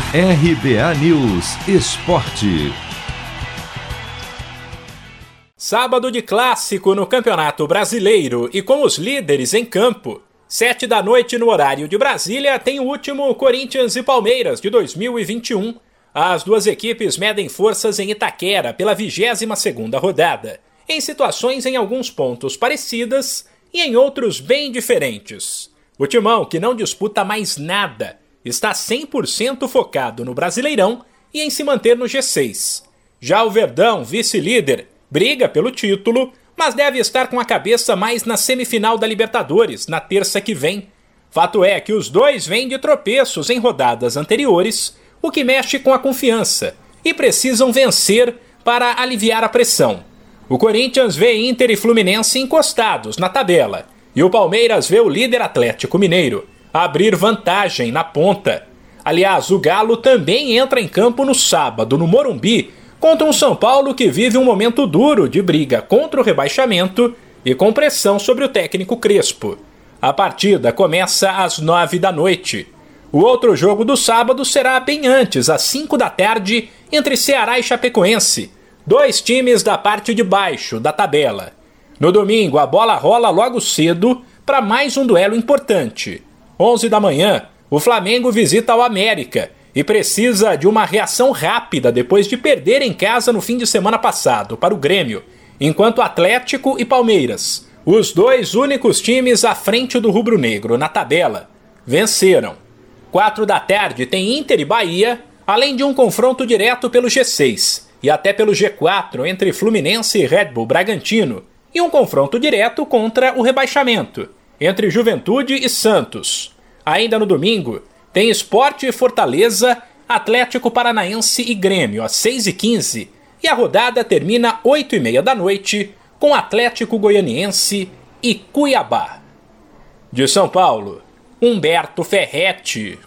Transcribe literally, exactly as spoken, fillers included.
R B A News Esporte. Sábado de clássico no Campeonato Brasileiro e com os líderes em campo. Sete da noite no horário de Brasília tem o último Corinthians e Palmeiras de dois mil e vinte e um. As duas equipes medem forças em Itaquera pela vigésima segunda rodada, em situações em alguns pontos parecidas e em outros bem diferentes. O Timão, que não disputa mais nada, está cem por cento focado no Brasileirão e em se manter no G seis. Já o Verdão, vice-líder, briga pelo título, mas deve estar com a cabeça mais na semifinal da Libertadores, na terça que vem. Fato é que os dois vêm de tropeços em rodadas anteriores, o que mexe com a confiança, e precisam vencer para aliviar a pressão. O Corinthians vê Inter e Fluminense encostados na tabela, e o Palmeiras vê o líder Atlético Mineiro abrir vantagem na ponta. Aliás, o Galo também entra em campo no sábado, no Morumbi, contra um São Paulo que vive um momento duro de briga contra o rebaixamento e com pressão sobre o técnico Crespo. A partida começa às nove da noite. O outro jogo do sábado será bem antes, às cinco da tarde, entre Ceará e Chapecoense, dois times da parte de baixo da tabela. No domingo, a bola rola logo cedo para mais um duelo importante. onze da manhã, o Flamengo visita o América e precisa de uma reação rápida depois de perder em casa no fim de semana passado para o Grêmio, enquanto Atlético e Palmeiras, os dois únicos times à frente do rubro-negro na tabela, venceram. Quatro da tarde tem Inter e Bahia, além de um confronto direto pelo G seis e até pelo G quatro entre Fluminense e Red Bull Bragantino, e um confronto direto contra o rebaixamento entre Juventude e Santos. Ainda no domingo, tem Sport e Fortaleza, Atlético Paranaense e Grêmio às seis e quinze, e a rodada termina oito e meia da noite com Atlético Goianiense e Cuiabá. De São Paulo, Humberto Ferretti.